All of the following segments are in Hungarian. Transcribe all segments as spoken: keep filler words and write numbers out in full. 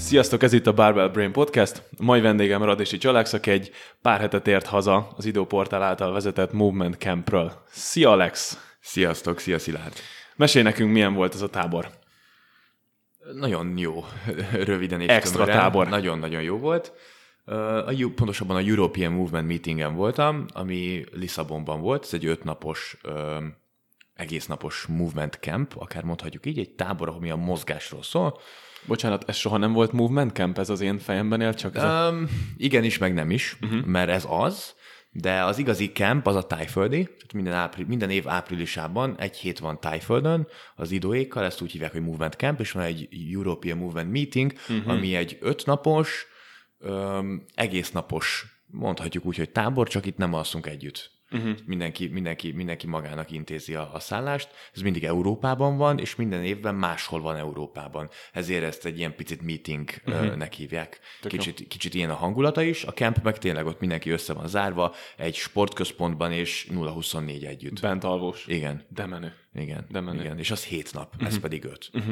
Sziasztok, ez itt a Barbell Brain Podcast. A mai vendégem Radési Alex, aki egy pár hete tért haza az Időportál által vezetett Movement Campről. Szia Alex! Sziasztok, szia Szilárd! Mesélj nekünk, milyen volt ez a tábor? Nagyon jó, röviden és Extra tömören. tábor. Nagyon-nagyon jó volt. A, pontosabban a European Movement Meetingen voltam, ami Lisszabonban volt. Ez egy ötnapos, egész napos Movement Camp, akár mondhatjuk így, egy tábor, ami a mozgásról szól. Bocsánat, ez soha nem volt Movement Camp? Ez az én fejemben él csak? Ez a... um, igen is, meg nem is, uh-huh. mert ez az, de az igazi camp az a Tájföldi, tehát minden, ápri- minden év áprilisában egy hét van Tájföldön, az idóékkal, ezt úgy hívják, hogy Movement Camp, és van egy European Movement Meeting, uh-huh. ami egy ötnapos, um, egész napos, mondhatjuk úgy, hogy tábor, csak itt nem alszunk együtt. Uh-huh. Mindenki, mindenki, mindenki magának intézi a, a szállást. Ez mindig Európában van, és minden évben máshol van Európában. Ezért ezt egy ilyen picit meetingnek uh-huh. hívják. Kicsit, kicsit ilyen a hangulata is. A camp meg tényleg ott mindenki össze van zárva, egy sportközpontban és nulla huszonnégy együtt. Bent alvós. Igen. De menő. Igen. De menő. Igen. És az hét nap, uh-huh. ez pedig öt. Uh-huh.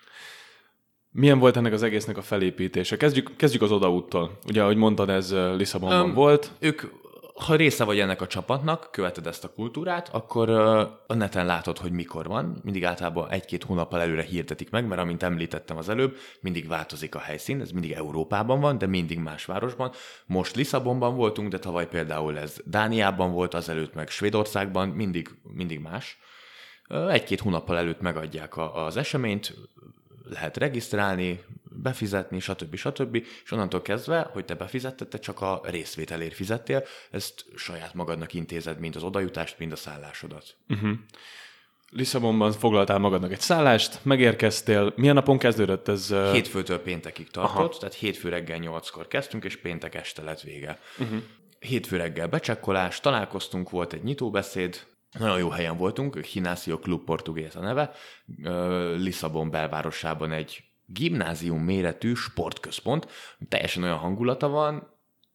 Milyen volt ennek az egésznek a felépítése? Kezdjük, kezdjük az odaúttól. Ugye, ahogy mondtad, ez Lisszabonban um, volt. Ők... Ha része vagy ennek a csapatnak, követed ezt a kultúrát, akkor a neten látod, hogy mikor van. Mindig általában egy-két hónappal előre hirdetik meg, mert amint említettem az előbb, mindig változik a helyszín, ez mindig Európában van, de mindig más városban. Most Lisszabonban voltunk, de tavaly például ez Dániában volt, azelőtt meg Svédországban, mindig, mindig más. Egy-két hónappal előtt megadják az eseményt, lehet regisztrálni, befizetni, stb. stb. És onnantól kezdve, hogy te befizetted, te csak a részvételért fizettél, ezt saját magadnak intézed, mind az odajutást, mind a szállásodat. Uh-huh. Lisszabonban foglaltál magadnak egy szállást, megérkeztél. Milyen napon kezdődött ez? Hétfőtől péntekig tartott, Aha. tehát hétfő reggel nyolckor kezdtünk, és péntek este lett vége. Uh-huh. Hétfő reggel becsekkolás, találkoztunk, volt egy nyitóbeszéd, nagyon jó helyen voltunk, Ginácio Club Portugués a neve, Lisszabon belvárosában egy gimnázium méretű sportközpont, teljesen olyan hangulata van,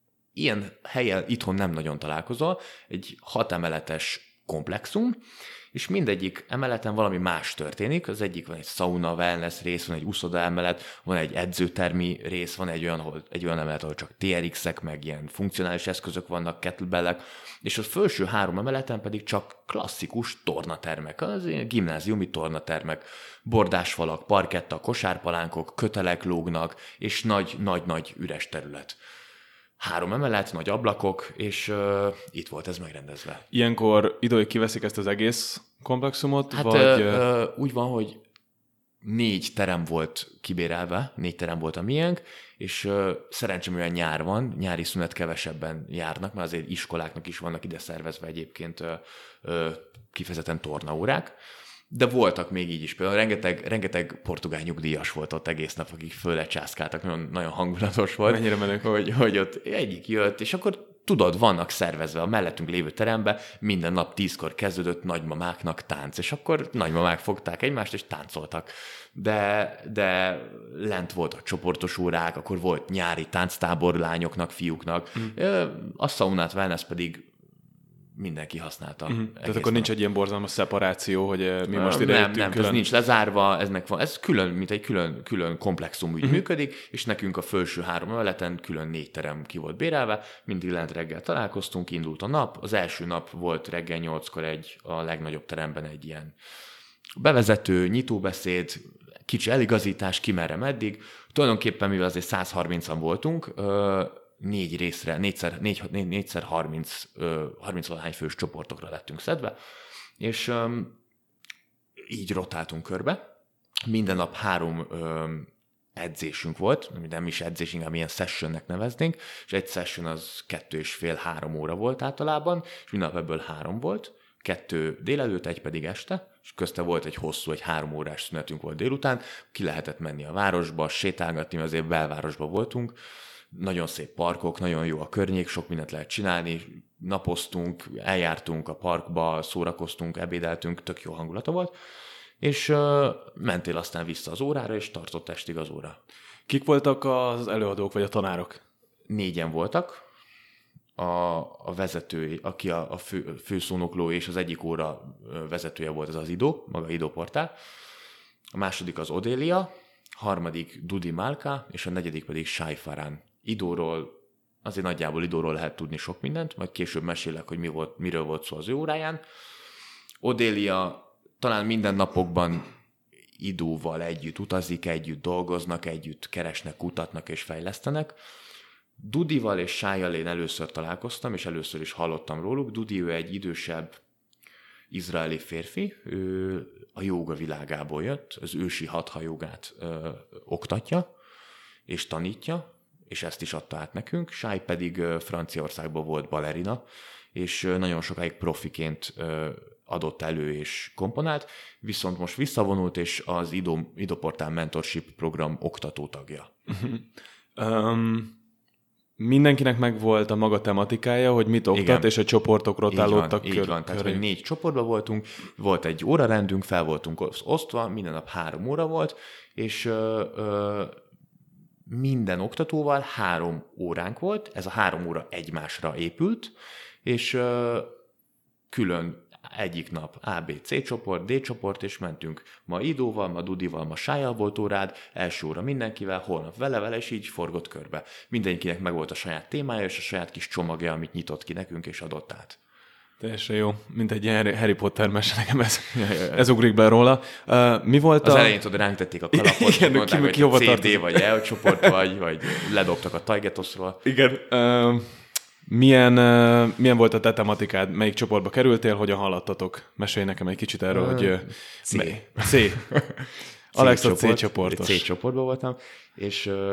ilyen helyen itthon nem nagyon találkozol, egy hat emeletes komplexum, és mindegyik emeleten valami más történik. Az egyik van egy sauna, wellness rész, van egy uszoda emelet, van egy edzőtermi rész, van egy olyan, ahol, egy olyan emelet, ahol csak té er ikszek, meg ilyen funkcionális eszközök vannak, kettlebellek, és a felső három emeleten pedig csak klasszikus tornatermek, az ilyen gimnáziumi tornatermek, bordásfalak, parketta, kosárpalánkok, kötelek lógnak, és nagy-nagy-nagy üres terület. Három emelet, nagy ablakok, és uh, itt volt ez megrendezve. Ilyenkor időig kiveszik ezt az egész komplexumot? Hát vagy... uh, uh, úgy van, hogy négy terem volt kibérelve, négy terem volt a miénk, és uh, szerencsém olyan nyár van, nyári szünet kevesebben járnak, mert azért iskoláknak is vannak ide szervezve egyébként uh, uh, kifejezetten tornaórák, de voltak még így is. Például rengeteg, rengeteg portugál nyugdíjas volt ott egész nap, akik föllecsászkáltak, nagyon, nagyon hangulatos volt. Mennyire menők? Hogy, hogy ott egyik jött, és akkor tudod, vannak szervezve a mellettünk lévő teremben, minden nap tízkor kezdődött nagymamáknak tánc, és akkor nagymamák fogták egymást, és táncoltak. De, de lent volt a csoportos órák, akkor volt nyári tánctábor lányoknak, fiúknak, mm. a saunát, wellness pedig mindenki használta. Uh-huh. Tehát akkor nap. Nincs egy ilyen borzalmas szeparáció, hogy mi most ide Nem, nem, ez nincs lezárva, eznek van, ez külön, mint egy külön, külön komplexum úgy uh-huh. működik, és nekünk a felső három emeleten külön négy terem ki volt bérelve, mindig lent reggel találkoztunk, indult a nap, az első nap volt reggel nyolckor egy, a legnagyobb teremben egy ilyen bevezető, nyitóbeszéd, kicsi eligazítás, ki merre meddig. Tulajdonképpen, mivel azért száz harmincan voltunk, négy részre, négyszer, négy, négy, négyszer harminc, harminc-valahány fős csoportokra lettünk szedve, és um, így rotáltunk körbe. Minden nap három um, edzésünk volt, nem is edzés, inkább ilyen sessionnek neveznénk, és egy session az kettő és fél, három óra volt általában, és minden nap ebből három volt, kettő délelőtt, egy pedig este, és közte volt egy hosszú, egy három órás szünetünk volt délután, ki lehetett menni a városba, sétálgatni, mert azért belvárosban voltunk, nagyon szép parkok, nagyon jó a környék, sok mindent lehet csinálni, napoztunk, eljártunk a parkba, szórakoztunk, ebédeltünk, tök jó hangulata volt, és uh, mentél aztán vissza az órára, és tartott estig az óra. Kik voltak az előadók, vagy a tanárok? Négyen voltak. A, a vezető, aki a, a fő, főszónokló és az egyik óra vezetője volt, ez az Idó, maga Időportál. A második az Odélia, harmadik Dudi Málka, és a negyedik pedig Shai Farhan. Idóról, azért nagyjából Idóról lehet tudni sok mindent, majd később mesélek, hogy mi volt, miről volt szó az ő óráján. Odélia talán minden napokban Idóval együtt utazik, együtt dolgoznak, együtt keresnek, kutatnak és fejlesztenek. Dudival és Shaival én először találkoztam, és először is hallottam róluk. Dudi, ő egy idősebb izraeli férfi, ő a jóga világából jött, az ősi hatha jogát ö, oktatja és tanítja, és ezt is adta át nekünk. Shai pedig ö, Franciaországban volt balerina, és ö, nagyon sokáig profiként ö, adott elő és komponált, viszont most visszavonult, és az Ido, Idoportál Mentorship program oktató tagja. um... Mindenkinek megvolt a maga tematikája, hogy mit oktat, Igen. És a csoportok rotálódtak körül. Így van, tehát hogy négy csoportban voltunk, volt egy órarendünk, fel voltunk osztva, minden nap három óra volt, és ö, ö, minden oktatóval három óránk volt, ez a három óra egymásra épült, és ö, külön egyik nap A, B, C csoport, D csoport, és mentünk ma Idóval, ma Dudival, ma Shaival volt órád, első óra mindenkivel, holnap vele-vele, és így forgott körbe. Mindenkinek megvolt a saját témája, és a saját kis csomagja, amit nyitott ki nekünk, és adott át. Teljesen jó, mint egy ilyen Harry Potter mese, nekem ez, ez ugrik be róla. Uh, mi volt az a... elején tudod, ránk tették a kalapot, igen, mondták, ki, ki hogy hova C D vagy E csoport vagy, vagy ledobtak a Taigetoszról. Igen. Uh, milyen, uh, milyen volt a te tematikád? Melyik csoportba kerültél? Hogyan haladtatok? Mesélj nekem egy kicsit erről, uh, hogy... C. Mely? C. Alex a C csoportos. C csoportban voltam, és uh,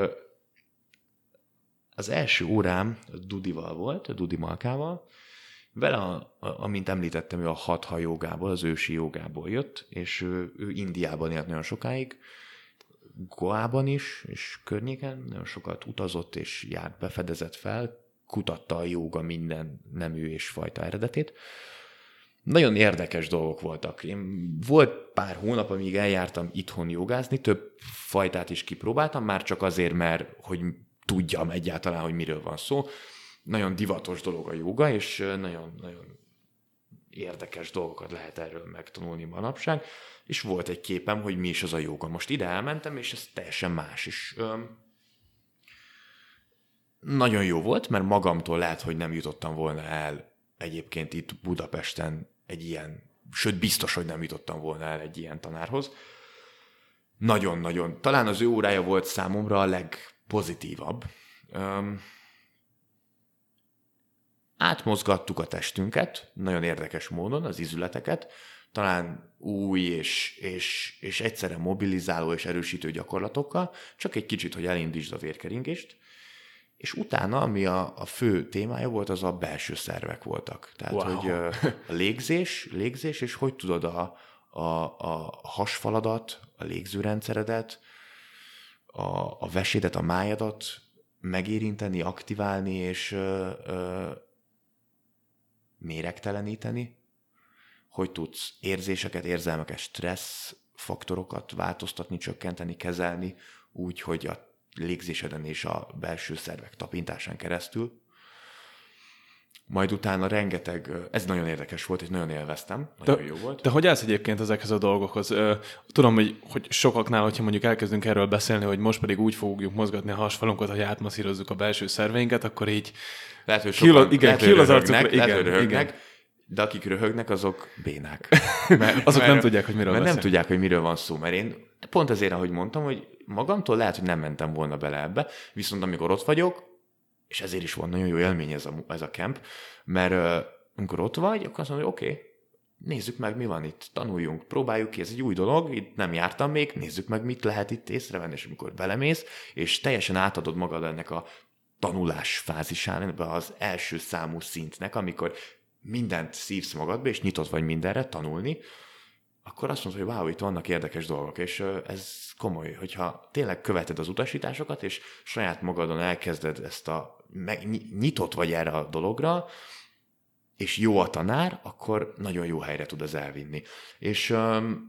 az első órám Dudival volt, a Dudi Malkával. Vele, a, a, amint említettem, ő a hatha jogából, az ősi jogából jött, és ő, ő Indiában élt nagyon sokáig, Goában is, és környéken nagyon sokat utazott, és járt, befedezett fel, kutatta a jóga minden nemű és fajta eredetét. Nagyon érdekes dolgok voltak. Én volt pár hónap, amíg eljártam itthon jogázni, több fajtát is kipróbáltam, már csak azért, mert hogy tudjam egyáltalán, hogy miről van szó. Nagyon divatos dolog a jóga, és nagyon, nagyon érdekes dolgokat lehet erről megtanulni manapság, és volt egy képem, hogy mi is az a jóga. Most ide elmentem, és ez teljesen más is. Öm, nagyon jó volt, mert magamtól lehet, hogy nem jutottam volna el egyébként itt Budapesten egy ilyen, sőt biztos, hogy nem jutottam volna el egy ilyen tanárhoz. Nagyon-nagyon. Talán az ő órája volt számomra a legpozitívabb. Öm, átmozgattuk a testünket, nagyon érdekes módon, az izületeket, talán új és, és, és egyszerre mobilizáló és erősítő gyakorlatokkal, csak egy kicsit, hogy elindítsd a vérkeringést, és utána, ami a, a fő témája volt, az a belső szervek voltak. Tehát, wow. hogy a légzés, légzés, és hogy tudod a, a, a hasfaladat, a légzőrendszeredet, a, a vesédet, a májadat megérinteni, aktiválni, és ö, ö, méregteleníteni, hogy tudsz érzéseket, érzelmeket, stressz faktorokat változtatni, csökkenteni, kezelni, úgy, hogy a légzéseden és a belső szervek tapintásán keresztül. Majd utána rengeteg, ez nagyon érdekes volt, és nagyon élveztem, nagyon te, jó volt. Te hogy állsz egyébként ezekhez a dolgokhoz? Tudom, hogy, hogy sokaknál, hogyha mondjuk elkezdünk erről beszélni, hogy most pedig úgy fogjuk mozgatni a hasfalunkat, hogy átmasszírozzuk a belső szerveinket, akkor így lehet, hogy sokan, igen, lehet, hogy az röhögnek, arcukra, lehet, igen, hogy röhögnek, igen. De akik röhögnek, azok bénák. Mert, azok mert, nem tudják, hogy miről mert beszél. nem tudják, hogy miről van szó, mert én pont ezért, ahogy mondtam, hogy magamtól lehet, hogy nem mentem volna bele ebbe, viszont amikor ott vagyok, és ezért is van nagyon jó élmény ez a, ez a camp, mert uh, amikor ott vagy, akkor azt mondod, hogy oké, okay, nézzük meg, mi van itt, tanuljunk, próbáljuk ki, ez egy új dolog, itt nem jártam még, nézzük meg, mit lehet itt észrevenni, és amikor belemész, és teljesen átadod magad ennek a tanulás fázisán, ebbe az első számú szintnek, amikor mindent szívsz magadba, és nyitott vagy mindenre tanulni, akkor azt mondod, hogy wow, itt vannak érdekes dolgok, és ez komoly, hogyha tényleg követed az utasításokat, és saját magadon elkezded ezt a, meg, nyitott vagy erre a dologra, és jó a tanár, akkor nagyon jó helyre tud ez elvinni. És um,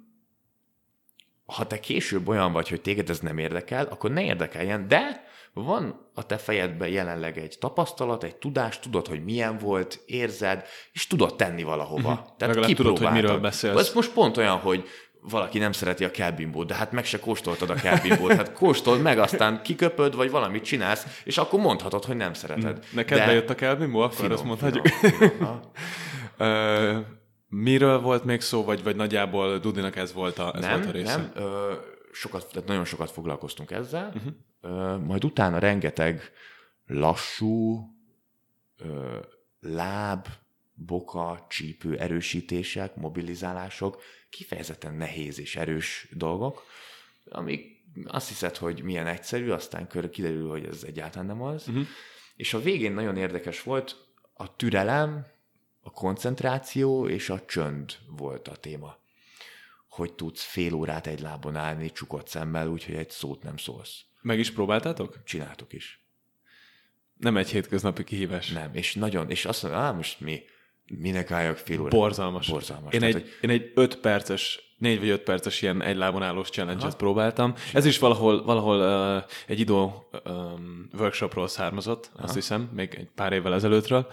ha te később olyan vagy, hogy téged ez nem érdekel, akkor ne érdekeljen, de van a te fejedben jelenleg egy tapasztalat, egy tudás, tudod, hogy milyen volt, érzed, és tudod tenni valahova. Uh-huh. Tehát legalább tudod, hogy miről beszélsz. Ez most pont olyan, hogy valaki nem szereti a kelbimbót, de hát meg se kóstoltad a kelbimbót. Hát kóstold meg, aztán kiköpöd, vagy valamit csinálsz, és akkor mondhatod, hogy nem szereted. Neked de... bejött a kelbimbó, akkor finom, azt mondhatjuk. Finom, finom, uh, miről volt még szó, vagy, vagy nagyjából Dudinak ez volt a, ez nem, volt a része? Nem, ö, sokat, tehát nagyon sokat foglalkoztunk ezzel, uh-huh. ö, majd utána rengeteg lassú ö, láb, boka, csípő erősítések, mobilizálások, kifejezetten nehéz és erős dolgok, amik azt hiszed, hogy milyen egyszerű, aztán kiderül, hogy ez egyáltalán nem az. Uh-huh. És a végén nagyon érdekes volt, a türelem, a koncentráció és a csönd volt a téma. Hogy tudsz fél órát egy lábon állni, csukott szemmel, úgyhogy egy szót nem szólsz. Meg is próbáltátok? Csináltuk is. Nem egy hétköznapi kihívás. Nem, és nagyon, és azt mondom, á, most mi, minek álljak fél órát? Borzalmas. Borzalmas. Én, Tehát, egy, hogy... én egy öt perces, négy vagy öt perces ilyen egy lábon állós challenge-et próbáltam. Ez is valahol, valahol uh, egy idó um, workshopról származott, Aha. azt hiszem, még egy pár évvel ezelőttről.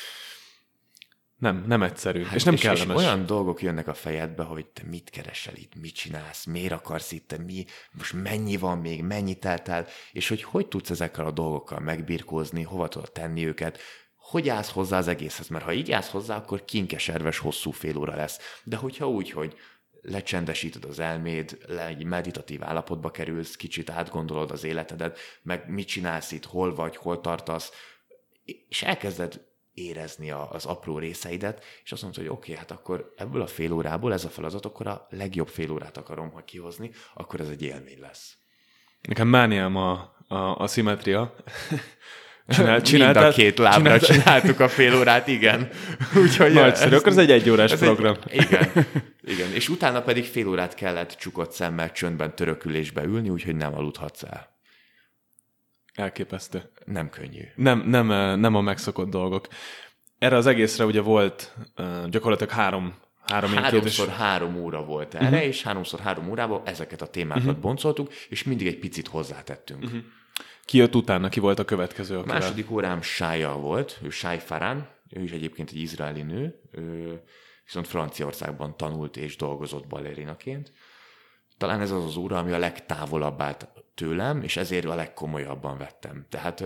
Nem, nem egyszerű, hát és nem és, kellemes. És olyan dolgok jönnek a fejedbe, hogy te mit keresel itt, mit csinálsz, miért akarsz itt, te mi, most mennyi van még, mennyi telt el, és hogy hogy tudsz ezekkel a dolgokkal megbirkózni, hova tudod tenni őket, hogy állsz hozzá az egészhez, mert ha így állsz hozzá, akkor kinkeserves hosszú fél óra lesz. De hogyha úgy, hogy lecsendesíted az elméd, le egy meditatív állapotba kerülsz, kicsit átgondolod az életedet, meg mit csinálsz itt, hol vagy, hol tartasz, és elkezded érezni az apró részeidet, és azt mondod, hogy oké, okay, hát akkor ebből a fél órából ez a feladat, akkor a legjobb fél órát akarom, ha kihozni, akkor ez egy élmény lesz. Nekem mániám a, a, a szimmetria. Csinál, csináltad, mind a két lábra csináltad. Csináltuk a fél órát, igen. Úgyhogy nagyszerű, akkor ez egy egyórás program. Egy, igen, igen, és utána pedig fél órát kellett csukott szemmel, csöndben, törökülésbe ülni, úgyhogy nem aludhatsz el. Elképesztő. Nem könnyű. Nem, nem, nem a megszokott dolgok. Erre az egészre ugye volt uh, gyakorlatilag három három Háromszor és... három óra volt erre, uh-huh. és háromszor három órában ezeket a témákat uh-huh. boncoltuk, és mindig egy picit hozzátettünk. Uh-huh. Ki jött utána? Ki volt a következő? A második órám Sája volt, ő Sáj Farán, ő is egyébként egy izraeli nő, ő viszont Franciaországban tanult és dolgozott ballerinaként. Talán ez az az óra, ami a legtávolabb állt tőlem, és ezért a legkomolyabban vettem. Tehát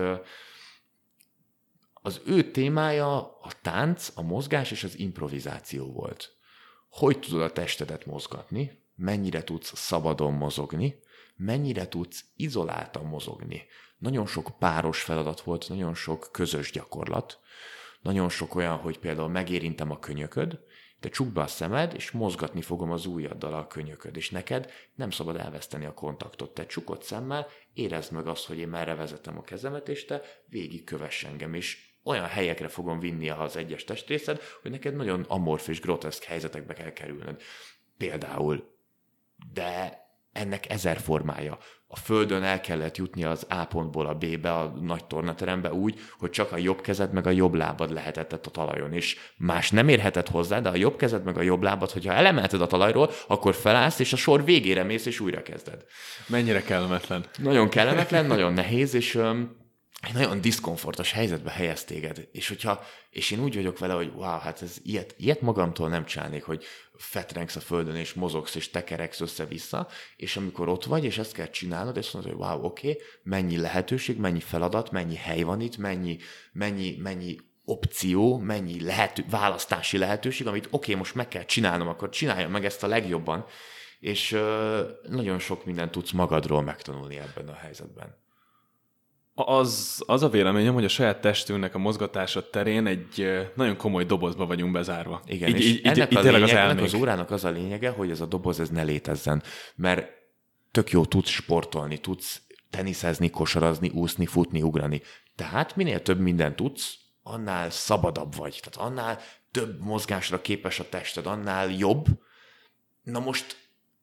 az ő témája a tánc, a mozgás és az improvizáció volt. Hogy tudod a testedet mozgatni, mennyire tudsz szabadon mozogni, mennyire tudsz izoláltan mozogni. Nagyon sok páros feladat volt, nagyon sok közös gyakorlat, nagyon sok olyan, hogy például megérintem a könyököd, te csukd be a szemed, és mozgatni fogom az ujjaddal a könyököd, és neked nem szabad elveszteni a kontaktot. Te csukott szemmel érezd meg azt, hogy én merre vezetem a kezemet, és te végig kövess engem, és olyan helyekre fogom vinni az egyes testrészed, hogy neked nagyon amorf és groteszk helyzetekbe kell kerülned. Például, de ennek ezer formája. A földön el kellett jutni az A pontból a B-be, a nagy tornaterembe úgy, hogy csak a jobb kezed meg a jobb lábad lehetett a talajon, és más nem érhetett hozzá, de a jobb kezed meg a jobb lábad, hogyha elemelted a talajról, akkor felállsz, és a sor végére mész, és újra kezded. Mennyire kellemetlen? Nagyon kellemetlen, nagyon nehéz, és um, egy nagyon diszkomfortos helyzetbe helyez téged. És, hogyha, és én úgy vagyok vele, hogy wow, hát ez ilyet, ilyet magamtól nem csinálnék, hogy fetrengsz a földön, és mozogsz, és tekereksz össze-vissza, és amikor ott vagy, és ezt kell csinálnod, és mondod, hogy wow, oké, okay, mennyi lehetőség, mennyi feladat, mennyi hely van itt, mennyi, mennyi, mennyi opció, mennyi lehető, választási lehetőség, amit oké, okay, most meg kell csinálnom, akkor csináljam meg ezt a legjobban, és uh, nagyon sok mindent tudsz magadról megtanulni ebben a helyzetben. Az, az a véleményem, hogy a saját testünknek a mozgatása terén egy nagyon komoly dobozba vagyunk bezárva. Igen, így, és így, ennek így, a tényleg lényegnek, az, az órának az a lényege, hogy ez a doboz ez ne létezzen. Mert tök jó tudsz sportolni, tudsz teniszezni, kosarazni, úszni, futni, ugrani. Tehát minél több mindent tudsz, annál szabadabb vagy. Tehát annál több mozgásra képes a tested, annál jobb. Na most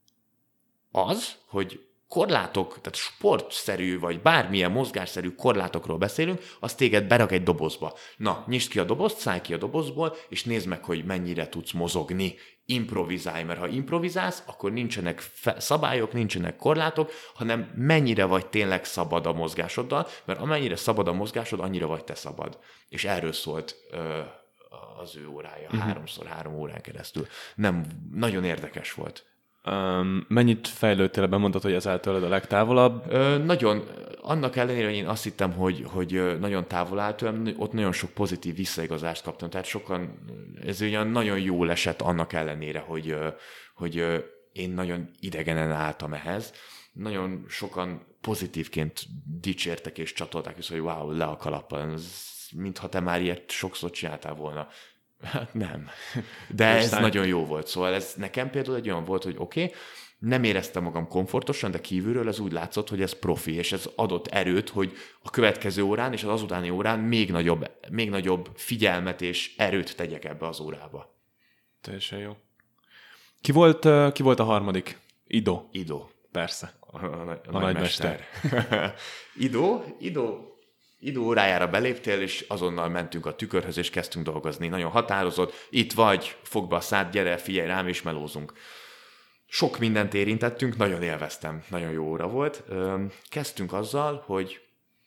az, hogy korlátok, tehát sportszerű, vagy bármilyen mozgásszerű korlátokról beszélünk, az téged berak egy dobozba. Na, nyisd ki a dobozt, szállj ki a dobozból, és nézd meg, hogy mennyire tudsz mozogni. Improvizálj, mert ha improvizálsz, akkor nincsenek fe- szabályok, nincsenek korlátok, hanem mennyire vagy tényleg szabad a mozgásoddal, mert amennyire szabad a mozgásod, annyira vagy te szabad. És erről szólt ö, az ő órája, uh-huh. háromszor három órán keresztül. Nem, nagyon érdekes volt. Um, mennyit fejlődtél ebben, mondtad, hogy ez áll tőled a legtávolabb? Ö, nagyon, annak ellenére, hogy én azt hittem, hogy, hogy nagyon távol áll tőlem, ott nagyon sok pozitív visszaigazást kaptam. Tehát sokan, ez ugyan nagyon jól esett annak ellenére, hogy, hogy én nagyon idegenen álltam ehhez. Nagyon sokan pozitívként dicsértek és csatolták vissza, hogy wow, le a kalappal, ez, mintha te már ilyet sokszor csináltál volna. Hát nem. De ez Aztán... nagyon jó volt. Szóval ez nekem például egy olyan volt, hogy oké, okay, nem éreztem magam komfortosan, de kívülről ez úgy látszott, hogy ez profi, és ez adott erőt, hogy a következő órán és az azutáni órán még nagyobb, még nagyobb figyelmet és erőt tegyek ebbe az órába. Teljesen jó. Ki volt, ki volt a harmadik? Ido. Ido. Persze. A, a, a, a nagymester. Nagy Ido, Ido, Ido órájára beléptél, és azonnal mentünk a tükörhöz, és kezdtünk dolgozni. Nagyon határozott, itt vagy, fogd be a szád, gyere, figyelj rám, és melózunk. Sok mindent érintettünk, nagyon élveztem, nagyon jó óra volt. Kezdtünk azzal, hogy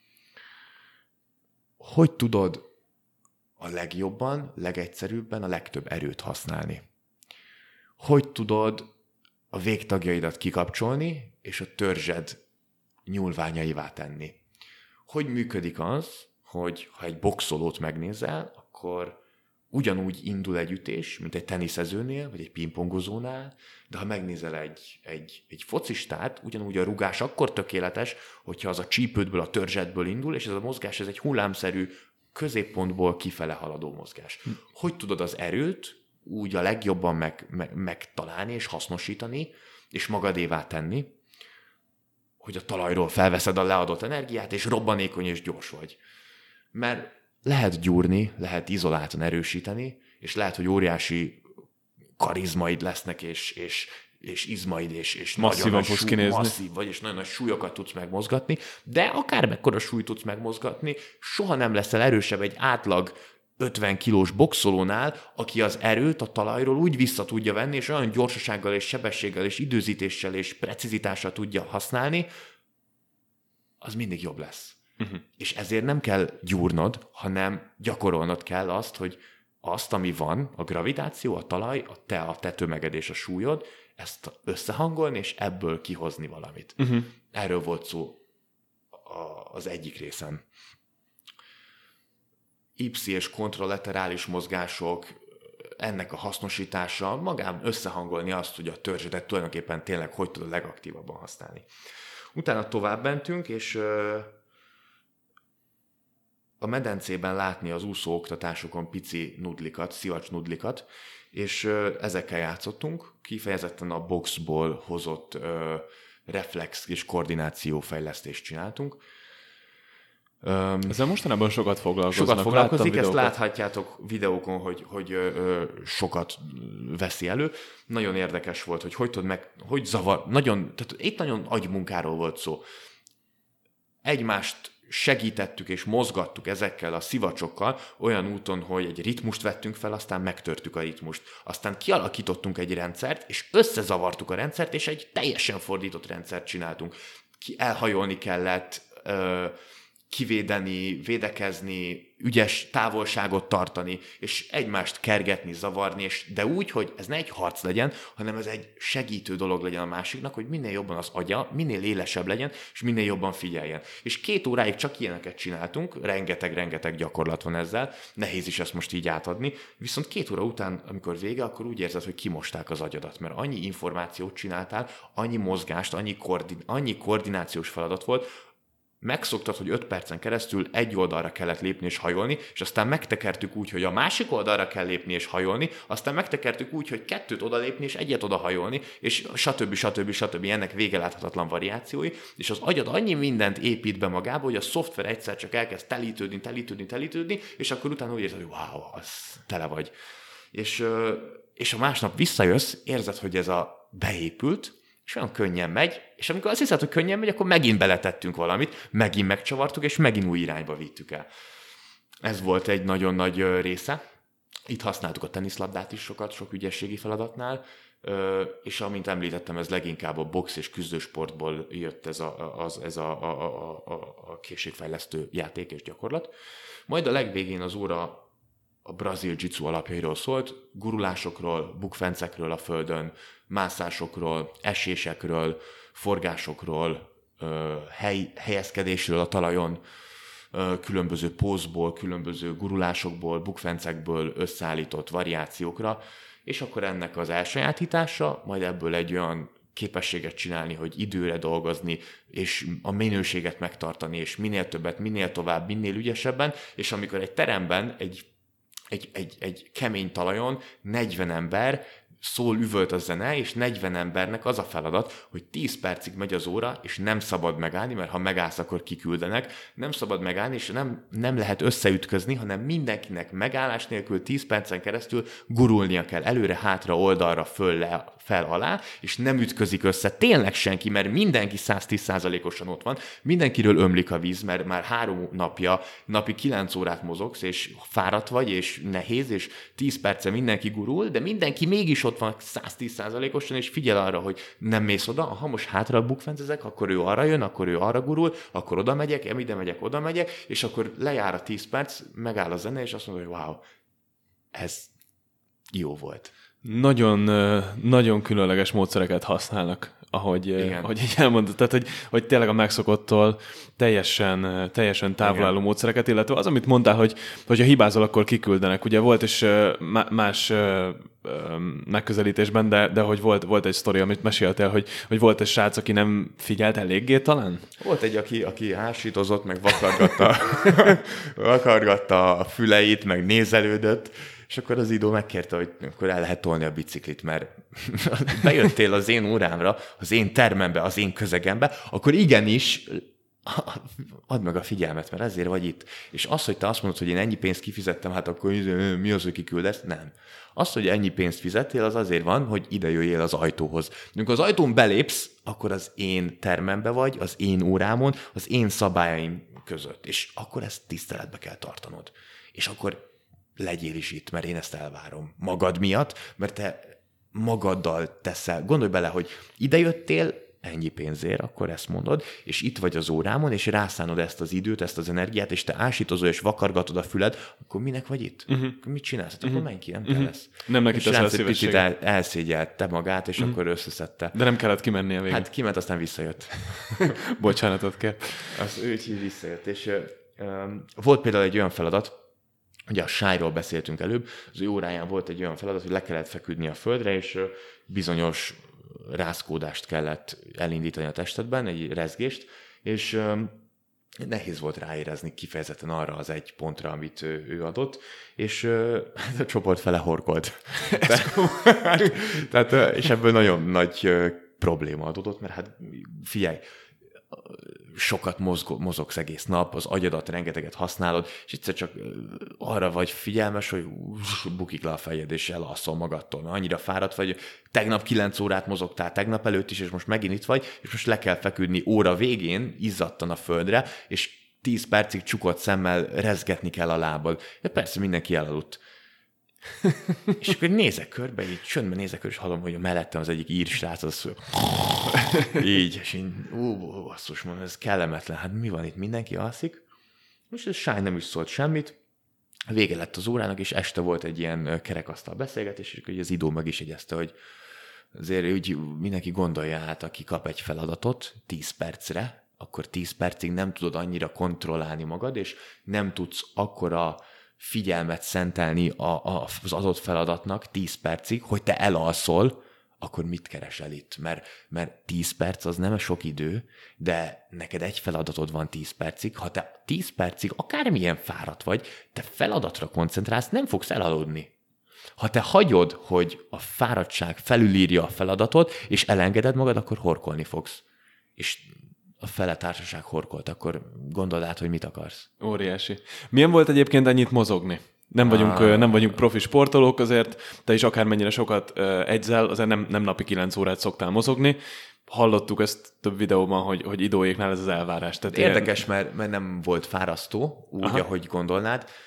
hogy tudod a legjobban, legegyszerűbben a legtöbb erőt használni. Hogy tudod a végtagjaidat kikapcsolni, és a törzsed nyúlványaivá tenni. Hogy működik az, hogy ha egy boxolót megnézel, akkor ugyanúgy indul egy ütés, mint egy teniszezőnél, vagy egy pingpongozónál, de ha megnézel egy, egy, egy focistát, ugyanúgy a rugás akkor tökéletes, hogyha az a csípődből, a törzsedből indul, és ez a mozgás, ez egy hullámszerű, középpontból kifele haladó mozgás. Hm. Hogy tudod az erőt úgy a legjobban meg, meg, megtalálni és hasznosítani, és magadévá tenni, hogy a talajról felveszed a leadott energiát, és robbanékony és gyors vagy. Mert lehet gyúrni, lehet izoláltan erősíteni, és lehet, hogy óriási karizmaid lesznek, és, és, és izmaid, és, és masszívan nagyon fogsz súly, kinézni. Masszív vagy, és nagyon nagy súlyokat tudsz megmozgatni, de akármekkora súlyt tudsz megmozgatni, soha nem leszel erősebb egy átlag ötven kilós boxolónál, aki az erőt a talajról úgy vissza tudja venni, és olyan gyorsasággal, és sebességgel, és időzítéssel, és precizitással tudja használni, az mindig jobb lesz. Uh-huh. És ezért nem kell gyúrnod, hanem gyakorolnod kell azt, hogy azt, ami van, a gravitáció, a talaj, a te, a te tömeged és a súlyod, ezt összehangolni, és ebből kihozni valamit. Uh-huh. Erről volt szó az egyik részen. Y- és kontralaterális mozgások, ennek a hasznosítása, magán összehangolni azt, hogy a törzsedet tulajdonképpen tényleg hogy tudod legaktívabban használni. Utána tovább mentünk, és a medencében látni az úszó oktatásokon pici nudlikat, szivacs nudlikat, és ezekkel játszottunk, kifejezetten a boxból hozott reflex és koordinációfejlesztést csináltunk. Ezzel mostanában sokat foglalkoznak. Sokat foglalkozik, ezt láthatjátok videókon, hogy, hogy ö, sokat veszi elő. Nagyon érdekes volt, hogy hogy tudod meg, hogy zavar, nagyon, tehát itt nagyon agymunkáról volt szó. Egymást segítettük és mozgattuk ezekkel a szivacsokkal olyan úton, hogy egy ritmust vettünk fel, aztán megtörtük a ritmust. Aztán kialakítottunk egy rendszert, és összezavartuk a rendszert, és egy teljesen fordított rendszert csináltunk. Ki elhajolni kellett, ö, kivédeni, védekezni, ügyes távolságot tartani, és egymást kergetni, zavarni, és de úgy, hogy ez ne egy harc legyen, hanem ez egy segítő dolog legyen a másiknak, hogy minél jobban az agya, minél élesebb legyen, és minél jobban figyeljen. És két óráig csak ilyeneket csináltunk, rengeteg-rengeteg gyakorlat van ezzel, nehéz is ezt most így átadni, viszont két óra után, amikor vége, akkor úgy érzed, hogy kimosták az agyadat, mert annyi információt csináltál, annyi mozgást, annyi, koordin- annyi koordinációs feladat volt, megszoktad, hogy öt percen keresztül egy oldalra kellett lépni és hajolni, és aztán megtekertük úgy, hogy a másik oldalra kell lépni és hajolni, aztán megtekertük úgy, hogy kettőt odalépni és egyet oda hajolni, és stb. stb. stb. Ennek végeláthatatlan variációi, és az agyad annyi mindent épít be magába, hogy a szoftver egyszer csak elkezd telítődni, telítődni, telítődni, és akkor utána úgy érzed, hogy wow, az tele vagy. És, és a másnap visszajössz, érzed, hogy ez a beépült, és olyan könnyen megy, és amikor azt hiszed, hogy könnyen megy, akkor megint beletettünk valamit, megint megcsavartuk, és megint új irányba vittük el. Ez volt egy nagyon nagy része. Itt használtuk a teniszlabdát is sokat, sok ügyességi feladatnál, és amint említettem, ez leginkább a box és küzdősportból jött ez a, az, ez a, a, a, a, a készségfejlesztő játék és gyakorlat. Majd a legvégén az óra a brazil jiu-jitsu alapjairól szólt, gurulásokról, bukfencekről a földön, mászásokról, esésekről, forgásokról, hely, helyezkedésről a talajon, különböző pózból, különböző gurulásokból, bukfencekből összeállított variációkra, és akkor ennek az elsajátítása, majd ebből egy olyan képességet csinálni, hogy időre dolgozni, és a minőséget megtartani, és minél többet, minél tovább, minél ügyesebben, és amikor egy teremben, egy, egy, egy, egy kemény talajon negyven ember szól, üvölt a zene, és negyven embernek az a feladat, hogy tíz percig megy az óra, és nem szabad megállni, mert ha megállsz, akkor kiküldenek, nem szabad megállni, és nem, nem lehet összeütközni, hanem mindenkinek megállás nélkül tíz percen keresztül gurulnia kell előre, hátra, oldalra, föl, le, fel, alá, és nem ütközik össze tényleg senki, mert mindenki száz tíz százalékosan ott van, mindenkiről ömlik a víz, mert már három napja, napi kilenc órát mozogsz, és fáradt vagy, és nehéz, és tíz perce mindenki gurul, de mindenki mégis ott van száz tíz százalékosan, és figyel arra, hogy nem mész oda, ha most hátra bukfencezek, akkor ő arra jön, akkor ő arra gurul, akkor oda megyek, ide megyek, oda megyek, és akkor lejár a tíz perc, megáll a zene, és azt mondja, hogy wow, ez jó volt. Nagyon, nagyon különleges módszereket használnak, ahogy, ahogy így elmondod. Tehát, hogy, hogy tényleg a megszokottól teljesen, teljesen távolálló módszereket, illetve az, amit mondtál, hogy, hogy ha hibázol, akkor kiküldenek. Ugye volt is más megközelítésben, de, de hogy volt, volt egy sztori, amit meséltél, hogy, hogy volt egy srác, aki nem figyelt eléggé talán? Volt egy, aki, aki hásítozott, meg vakargatta, vakargatta a füleit, meg nézelődött, és akkor az Idó megkérte, hogy akkor el lehet tolni a biciklit, mert bejöttél az én órámra, az én termembe, az én közegembe, akkor igenis add meg a figyelmet, mert ezért vagy itt. És az, hogy te azt mondod, hogy én ennyi pénzt kifizettem, hát akkor mi az, hogy kiküldesz? Nem. Az, hogy ennyi pénzt fizettél, az azért van, hogy ide jöjjél az ajtóhoz. Amikor az ajtón belépsz, akkor az én termembe vagy, az én órámon, az én szabályaim között. És akkor ezt tiszteletbe kell tartanod. És akkor legyél is itt, mert én ezt elvárom. Magad miatt, mert te magaddal teszel. Gondolj bele, hogy ide jöttél, ennyi pénzért, akkor ezt mondod, és itt vagy az órámon, és rászánod ezt az időt, ezt az energiát, és te ásítozol, és vakargatod a füled, akkor minek vagy itt? Uh-huh. Akkor mit csinálsz? Hát uh-huh. Akkor menj ki, nem uh-huh. kell lesz. Nem neki teszel a szívességet. Picit el, elszégyelte magát, és uh-huh. akkor összeszedte. De nem kellett kimenni a végén. Hát kiment, aztán visszajött. Bocsánatot kell. Az úgy visszajött. És um, volt például egy olyan feladat, ugye a sájról beszéltünk előbb, az ő óráján volt egy olyan feladat, hogy le kellett feküdni a földre, és bizonyos rázkódást kellett elindítani a testedben, egy rezgést, és um, nehéz volt ráérezni kifejezetten arra az egy pontra, amit ő, ő adott, és uh, a csoport fele horkolt. tehát, tehát, és ebből nagyon nagy uh, probléma adódott, mert hát figyelj, sokat mozg, mozogsz egész nap, az agyadat rengeteget használod, és egyszer csak arra vagy figyelmes, hogy bukik le a fejed, és elalszol magadtól, mert annyira fáradt vagy, tegnap kilenc órát mozogtál, tegnap előtt is, és most megint itt vagy, és most le kell feküdni óra végén, izzadtan a földre, és tíz percig csukott szemmel rezgetni kell a lábad. De persze mindenki elaludt. És akkor nézek körbe, így csöndben nézek körbe, és hallom, hogy a mellettem az egyik ír srác, az így, és így, ú, basszus, mondom, ez kellemetlen, hát mi van itt, mindenki alszik? Most ez Sáj nem is szólt semmit, vége lett az órának, és este volt egy ilyen kerekasztal beszélgetés, és akkor az Idó meg is jegyezte, hogy azért úgy mindenki gondolja át, aki kap egy feladatot tíz percre, akkor tíz percig nem tudod annyira kontrollálni magad, és nem tudsz akkora figyelmet szentelni a, a, az adott feladatnak tíz percig, hogy te elalszol, akkor mit keresel itt? Mert, mert tíz perc az nem sok idő, de neked egy feladatod van tíz percig. Ha te tíz percig akármilyen fáradt vagy, te feladatra koncentrálsz, nem fogsz elaludni. Ha te hagyod, hogy a fáradtság felülírja a feladatot, és elengeded magad, akkor horkolni fogsz. És a fele társaság horkolt, akkor gondold át, hogy mit akarsz. Óriási. Milyen volt egyébként ennyit mozogni? Nem vagyunk, ah. nem vagyunk profi sportolók, azért te is akármennyire sokat edzel, azért nem, nem napi kilenc órát szoktál mozogni. Hallottuk ezt több videóban, hogy, hogy Idóéknál ez az elvárás. Tehát érdekes, ilyen... mert, mert nem volt fárasztó, úgy, aha, ahogy gondolnád.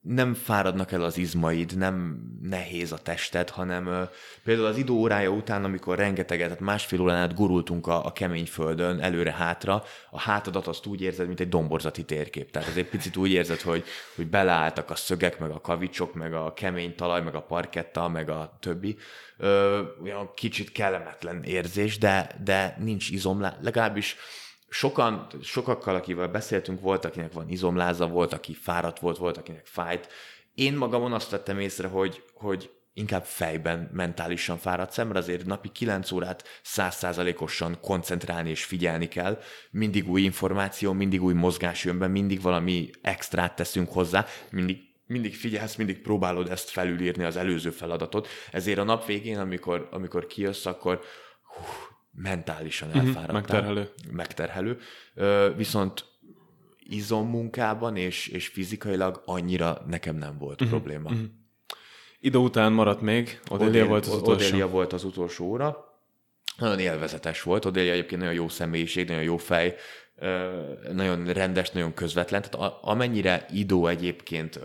nem fáradnak el az izmaid, nem nehéz a tested, hanem uh, például az idó órája után, amikor rengeteget, tehát másfél órán át gurultunk a, a kemény földön, előre-hátra, a hátadat azt úgy érzed, mint egy domborzati térkép. Tehát az egy picit úgy érzed, hogy, hogy beleálltak a szögek, meg a kavicsok, meg a kemény talaj, meg a parketta, meg a többi. Uh, olyan kicsit kellemetlen érzés, de, de nincs izomlá, legalábbis Sokan, sokakkal, akivel beszéltünk, volt, akinek van izomláza, volt, aki fáradt volt, volt, akinek fájt. Én magamon azt vettem észre, hogy, hogy inkább fejben, mentálisan fáradt mert azért napi kilenc órát száz százalékosan koncentrálni és figyelni kell. Mindig új információ, mindig új mozgás jön be, mindig valami extrát teszünk hozzá, mindig mindig figyelsz, mindig próbálod ezt felülírni, az előző feladatot. Ezért a nap végén, amikor, amikor kijössz, akkor hú, mentálisan elfáradtál. Megterhelő. Megterhelő. Viszont izommunkában és, és fizikailag annyira nekem nem volt uh-huh. probléma. Uh-huh. Idő után maradt még, Odélia volt az utolsó. Odélia volt az utolsó óra. Nagyon élvezetes volt. Odélia egyébként nagyon jó személyiség, nagyon jó fej, nagyon rendes, nagyon közvetlen. Tehát amennyire Idó egyébként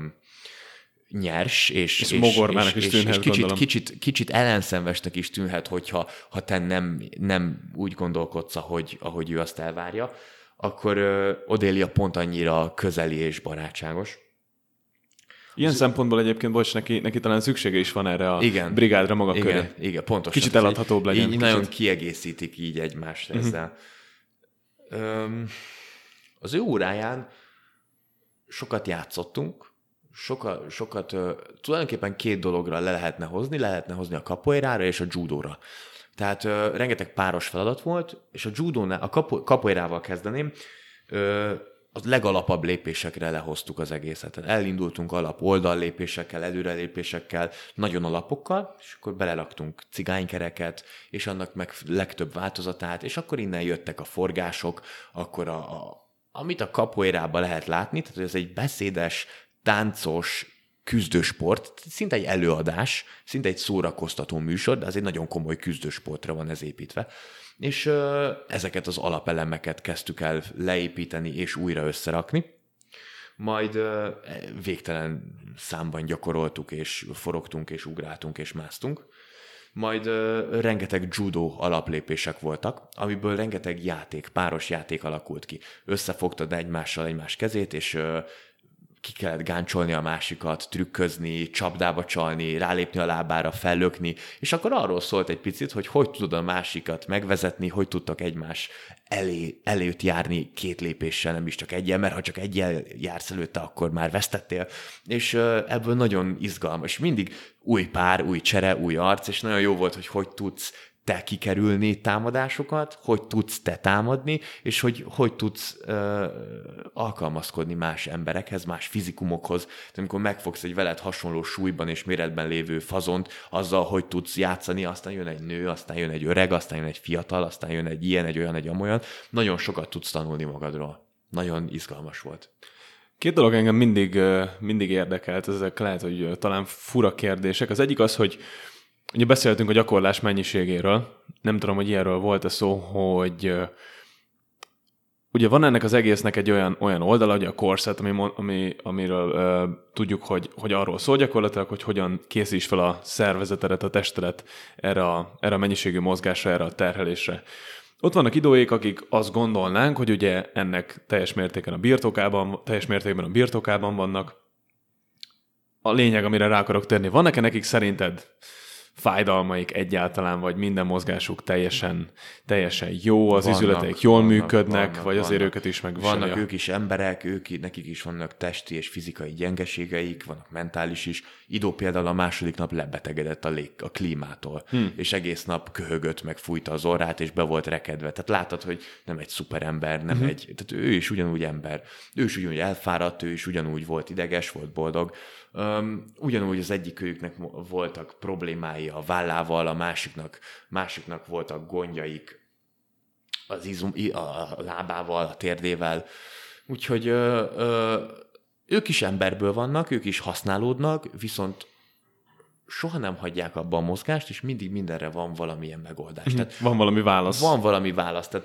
nyers, és, és, és, és, is tűnhet, és kicsit, kicsit, kicsit ellenszenvesnek is tűnhet, hogyha ha te nem, nem úgy gondolkodsz, ahogy, ahogy ő azt elvárja, akkor uh, Odélia pont annyira közeli és barátságos. Ilyen az szempontból egyébként, bocs, neki, neki talán szüksége is van erre a igen, brigádra maga igen, köré. Igen, pontosan. Kicsit eladhatóbb legyen. Így kicsit. Nagyon kiegészítik így egymást uh-huh. ezzel. Um, az ő óráján sokat játszottunk, Soka, sokat, uh, tulajdonképpen két dologra le lehetne hozni, le lehetne hozni a capoeirára és a judóra. Tehát uh, rengeteg páros feladat volt, és a judónál, a capo, capoeirával kezdeném, uh, a legalapabb lépésekre lehoztuk az egészet. Elindultunk alap oldallépésekkel, előrelépésekkel, nagyon alapokkal, és akkor belelaktunk cigánykereket, és annak meg legtöbb változatát, és akkor innen jöttek a forgások, akkor a, a, amit a capoeirában lehet látni, tehát ez egy beszédes, táncos, küzdősport, szinte egy előadás, szinte egy szórakoztató műsor, de az egy nagyon komoly küzdősportra van ez építve. És ö, ezeket az alapelemeket kezdtük el leépíteni és újra összerakni. Majd ö, végtelen számban gyakoroltuk, és forogtunk, és ugráltunk, és másztunk. Majd ö, rengeteg judo alaplépések voltak, amiből rengeteg játék, páros játék alakult ki. Összefogtad egymással egymás kezét, és ö, ki kellett gáncsolni a másikat, trükközni, csapdába csalni, rálépni a lábára, fellökni, és akkor arról szólt egy picit, hogy hogy tudod a másikat megvezetni, hogy tudtak egymás elé, előtt járni két lépéssel, nem is csak egyen, mert ha csak egyen jársz előtte, akkor már vesztettél, és ebből nagyon izgalmas. Mindig új pár, új csere, új arc, és nagyon jó volt, hogy hogy tudsz te kikerülni támadásokat, hogy tudsz te támadni, és hogy hogy tudsz uh, alkalmazkodni más emberekhez, más fizikumokhoz. Tehát amikor megfogsz egy veled hasonló súlyban és méretben lévő fazont, azzal, hogy tudsz játszani, aztán jön egy nő, aztán jön egy öreg, aztán jön egy fiatal, aztán jön egy ilyen, egy olyan, egy amolyan. Nagyon sokat tudsz tanulni magadról. Nagyon izgalmas volt. Két dolog engem mindig, mindig érdekelt, ezek lehet, hogy talán fura kérdések. Az egyik az, hogy ugye beszéltünk a gyakorlás mennyiségéről. Nem tudom, hogy ilyenről volt-e szó, hogy uh, ugye van ennek az egésznek egy olyan, olyan oldala, ugye a corset, ami, ami, amiről uh, tudjuk, hogy, hogy arról szól gyakorlatilag, hogy hogyan készíts fel a szervezetedet, a testedet erre a, erre a mennyiségű mozgásra, erre a terhelésre. Ott vannak idóék, akik azt gondolnánk, hogy ugye ennek teljes mértékben a birtokában, teljes mértékben a birtokában vannak. A lényeg, amire rá akarok térni, vannak-e nekik szerinted fájdalmaik egyáltalán, vagy minden mozgásuk teljesen, teljesen jó, az vannak, izületeik jól vannak, működnek, vannak, vagy azért vannak, őket is megviselja? Vannak ők is emberek, ők, nekik is vannak testi és fizikai gyengeségeik, vannak mentális is. Idó például a második nap lebetegedett a, lég, a klímától, hmm. és egész nap köhögött, meg fújta az orrát, és be volt rekedve. Tehát látod, hogy nem egy szuperember, nem hmm. egy... Tehát ő is ugyanúgy ember. Ő is ugyanúgy elfáradt, ő is ugyanúgy volt ideges, volt boldog. Um, ugyanúgy az egyikőjüknek voltak problémái a vállával, a másiknak, másiknak voltak gondjaik az izom, a lábával, a térdével. Úgyhogy ö, ö, ők is emberből vannak, ők is használódnak, viszont soha nem hagyják abba a mozgást, és mindig mindenre van valamilyen megoldás. Tehát van valami válasz. Van valami válasz. Tehát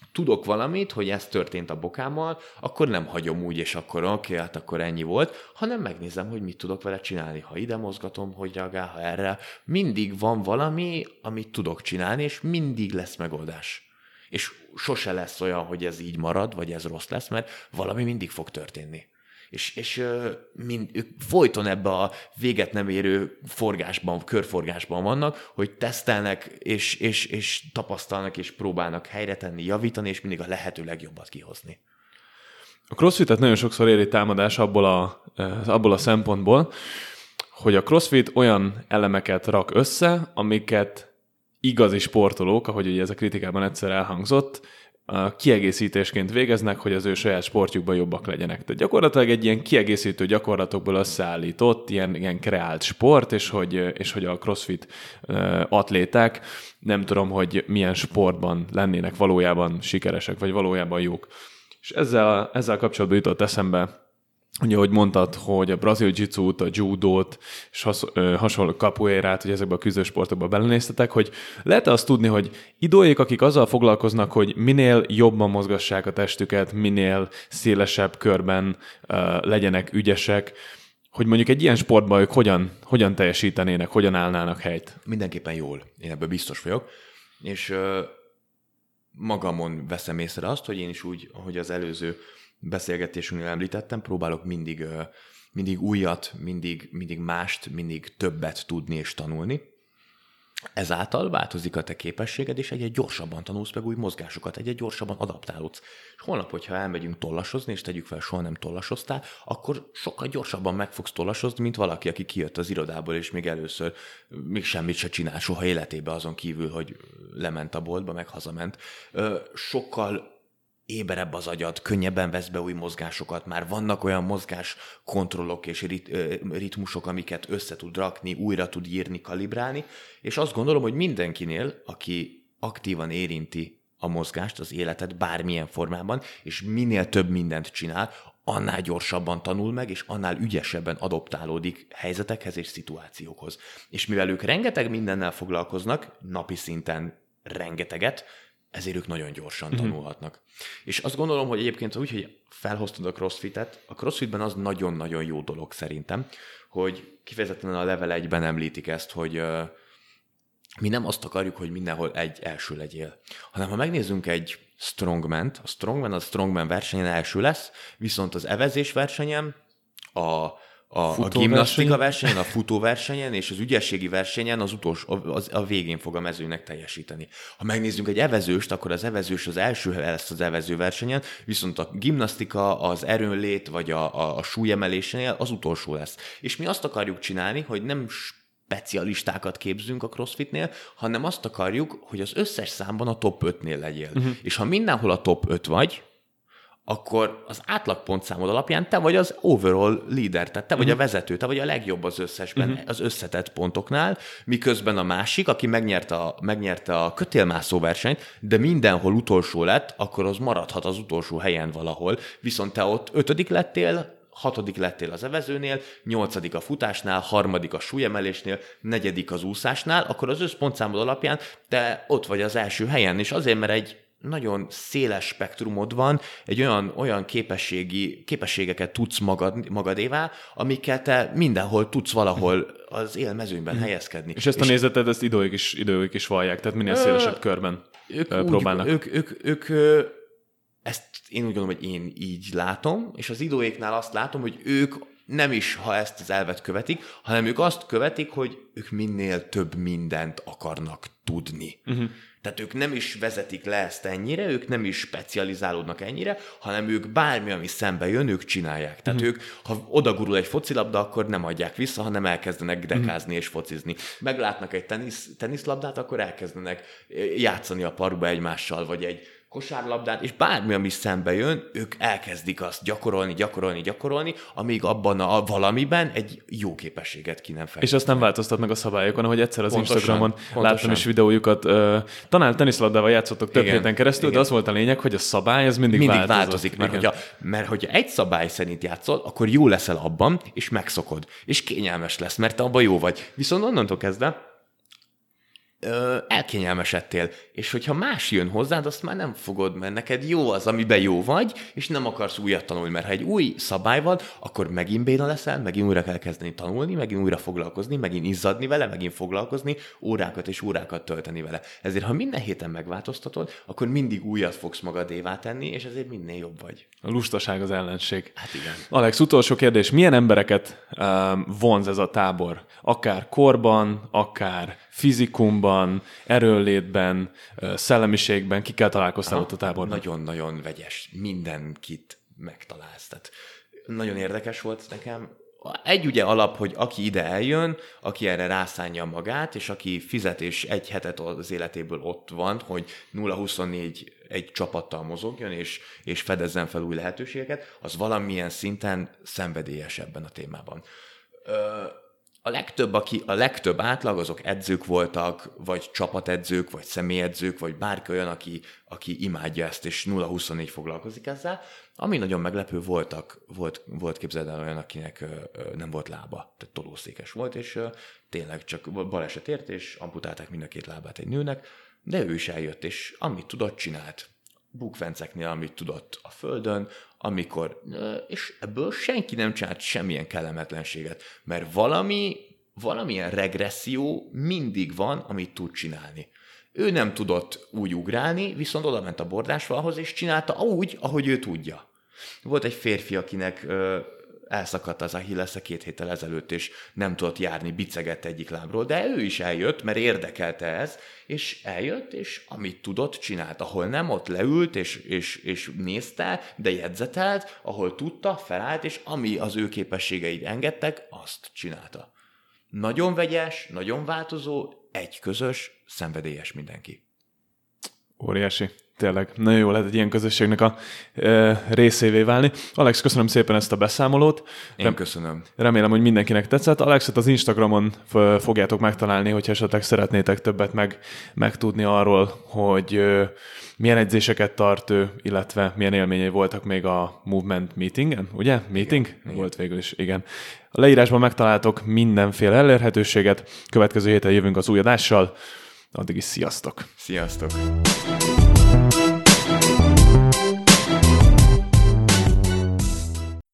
tudok valamit, hogy ez történt a bokámmal, akkor nem hagyom úgy, és akkor oké, hát akkor ennyi volt, hanem megnézem, hogy mit tudok vele csinálni. Ha ide mozgatom, hogy reagál, ha erre. Mindig van valami, amit tudok csinálni, és mindig lesz megoldás. És sose lesz olyan, hogy ez így marad, vagy ez rossz lesz, mert valami mindig fog történni. És, és mind, ők folyton ebbe a véget nem érő forgásban, körforgásban vannak, hogy tesztelnek, és, és, és tapasztalnak, és próbálnak helyre tenni, javítani, és mindig a lehető legjobbat kihozni. A crossfitet nagyon sokszor éri támadás abból a, abból a szempontból, hogy a crossfit olyan elemeket rak össze, amiket igazi sportolók, ahogy ugye ez a kritikában egyszer elhangzott, kiegészítésként végeznek, hogy az ő saját sportjukban jobbak legyenek. Tehát gyakorlatilag egy ilyen kiegészítő gyakorlatokból összeállított, ilyen, ilyen kreált sport, és hogy, és hogy a crossfit atléták nem tudom, hogy milyen sportban lennének valójában sikeresek, vagy valójában jók. És ezzel, ezzel kapcsolatban jutott eszembe, ugye, ahogy mondtad, hogy a brazil jiu-jitsút, a judót és has, ö, hasonló capoeirát, hogy ezekben a küzdősportokban belenéztetek, hogy lehet-e azt tudni, hogy idóik, akik azzal foglalkoznak, hogy minél jobban mozgassák a testüket, minél szélesebb körben ö, legyenek ügyesek, hogy mondjuk egy ilyen sportban ők hogyan, hogyan teljesítenének, hogyan állnának helyt? Mindenképpen jól. Én ebben biztos vagyok. És ö, magamon veszem észre azt, hogy én is úgy, ahogy az előző beszélgetésünknél említettem, próbálok mindig, mindig újat, mindig, mindig mást, mindig többet tudni és tanulni. Ezáltal változik a te képességed, és egyre gyorsabban tanulsz meg új mozgásokat, egyre gyorsabban adaptálódsz. És holnap, hogyha elmegyünk tollasozni, és tegyük fel, soha nem tollasoztál, akkor sokkal gyorsabban meg fogsz tollasozni, mint valaki, aki kijött az irodából, és még először még semmit se csinál soha életében azon kívül, hogy lement a boltba, meg hazament. Sokkal éberebb az agyad, könnyebben vesz be új mozgásokat, már vannak olyan mozgáskontrollok és rit, ritmusok, amiket össze tud rakni, újra tud írni, kalibrálni, és azt gondolom, hogy mindenkinél, aki aktívan érinti a mozgást, az életet bármilyen formában, és minél több mindent csinál, annál gyorsabban tanul meg, és annál ügyesebben adoptálódik helyzetekhez és szituációkhoz. És mivel ők rengeteg mindennel foglalkoznak, napi szinten rengeteget, ezért ők nagyon gyorsan uh-huh. tanulhatnak. És azt gondolom, hogy egyébként úgy, hogy felhoztad a crossfitet, a crossfitben az nagyon-nagyon jó dolog szerintem, hogy kifejezetten a level egyben említik ezt, hogy uh, mi nem azt akarjuk, hogy mindenhol egy első legyél, hanem ha megnézzünk egy strongman-t, a strongman a strongman versenyen első lesz, viszont az evezés versenyen, a A, a gimnasztika versenyen, a futóversenyen és az ügyességi versenyen az utolsó, az, a végén fog a mezőnek teljesíteni. Ha megnézzünk egy evezőst, akkor az evezős az első lesz az evező versenyen, viszont a gimnasztika, az erőnlét vagy a, a, a súlyemelésénél az utolsó lesz. És mi azt akarjuk csinálni, hogy nem specialistákat képzünk a crossfitnél, hanem azt akarjuk, hogy az összes számban a top ötnél legyél. Uh-huh. És ha mindenhol a top öt vagy, akkor az átlagpontszámod alapján te vagy az overall leader, tehát te vagy uh-huh. a vezető, te vagy a legjobb az összesben, uh-huh. az összetett pontoknál, miközben a másik, aki megnyerte a, megnyerte a kötélmászó versenyt, de mindenhol utolsó lett, akkor az maradhat az utolsó helyen valahol, viszont te ott ötödik lettél, hatodik lettél az evezőnél, nyolcadik a futásnál, harmadik a súlyemelésnél, negyedik az úszásnál, akkor az összpontszámod alapján te ott vagy az első helyen, és azért, mert egy nagyon széles spektrumod van, egy olyan, olyan képességi, képességeket tudsz magad, magadévá, amikkel te mindenhol tudsz valahol az élmezőnyben helyezkedni. És ezt a és nézeted, ezt időig is, időig is vallják, tehát minél szélesebb körben ők próbálnak. Úgy, ők, ők, ők, ők ezt én úgy gondolom, hogy én így látom, és az idóéknál azt látom, hogy ők nem is, ha ezt az elvet követik, hanem ők azt követik, hogy ők minél több mindent akarnak tudni. Uh-huh. Tehát ők nem is vezetik le ezt ennyire, ők nem is specializálódnak ennyire, hanem ők bármi, ami szembe jön, ők csinálják. Tehát uh-huh. ők, ha odagurul egy focilabda, akkor nem adják vissza, hanem elkezdenek dekázni uh-huh. és focizni. Meglátnak egy tenisz, teniszlabdát, akkor elkezdenek játszani a parkba egymással, vagy egy kosárlabdát, és bármi, ami szembe jön, ők elkezdik azt gyakorolni, gyakorolni, gyakorolni, amíg abban a valamiben egy jó képességet ki nem fejlesztenek. És azt nem változtatnak a szabályokon, ahogy egyszer az pontosan, Instagramon pontosan. láttam is videójukat. Uh, talán teniszlabdával játszottok több igen, héten keresztül, igen. de az volt a lényeg, hogy a szabály az mindig, mindig változott. változik. Mert hogyha, mert hogyha egy szabály szerint játszol, akkor jó leszel abban, és megszokod. És kényelmes lesz, mert te abban jó vagy. Viszont onnantól kezdve ö, elkényelmesedtél. És hogyha más jön hozzád, azt már nem fogod, mert neked jó az, amiben jó vagy, és nem akarsz újat tanulni, mert ha egy új szabály van, akkor megint béna leszel, megint újra kell kezdeni tanulni, megint újra foglalkozni, megint izzadni vele, megint foglalkozni, órákat és órákat tölteni vele. Ezért, ha minden héten megváltoztatod, akkor mindig újat fogsz magadévá tenni, és ezért minél jobb vagy. A lustaság az ellenség. Hát igen. Alex, utolsó kérdés. Milyen embereket um, vonz ez a tábor? Akár korban, akár fizikumban, erőnlétben, szellemiségben, kikkel találkoztál ott a táborban? Nagyon-nagyon vegyes. Mindenkit megtalálsz. Tehát nagyon érdekes volt nekem. Egy ugye alap, hogy aki ide eljön, aki erre rászánja magát, és aki fizet és egy hetet az életéből ott van, hogy nulla huszonnégy egy csapattal mozogjon, és, és fedezzen fel új lehetőségeket, az valamilyen szinten szenvedélyes ebben a témában. Ö, A legtöbb, aki, a legtöbb átlag, azok edzők voltak, vagy csapatedzők, vagy személyedzők, vagy bárki olyan, aki, aki imádja ezt, és nulla huszonnégy foglalkozik ezzel. Ami nagyon meglepő, voltak, volt, volt képzeld el olyan, akinek ö, ö, nem volt lába, tehát tolószékes volt, és ö, tényleg csak baleset ért, és amputálták mind a két lábát egy nőnek, de ő is eljött, és amit tudott, csinált. Bukfenceknél, amit tudott a földön, amikor, és ebből senki nem csinált semmilyen kellemetlenséget, mert valami, valamilyen regresszió mindig van, amit tud csinálni. Ő nem tudott úgy ugrálni, viszont oda ment a bordásfalhoz, és csinálta úgy, ahogy ő tudja. Volt egy férfi, akinek ö, elszakadt az Achillesze két héttel ezelőtt, és nem tudott járni, bicegett egyik lábról, de ő is eljött, mert érdekelte ez, és eljött, és amit tudott, csinált. Ahol nem, ott leült, és, és, és nézte, de jegyzetelt, ahol tudta, felállt, és ami az ő képességeid engedtek, azt csinálta. Nagyon vegyes, nagyon változó, egy közös, szenvedélyes mindenki. Óriási. Tényleg, nagyon jó lehet egy ilyen közösségnek a e, részévé válni. Alex, köszönöm szépen ezt a beszámolót. Én Rem- köszönöm. Remélem, hogy mindenkinek tetszett. Alexet az Instagramon f- fogjátok megtalálni, hogyha esetleg szeretnétek többet meg, megtudni arról, hogy ö, milyen edzéseket tart ő, illetve milyen élményei voltak még a Movement Meetingen, ugye? Meeting? Igen, volt végül is, igen. A leírásban megtaláltok mindenféle elérhetőséget. Következő héten jövünk az új adással. Addig is sziasztok! Sziasztok!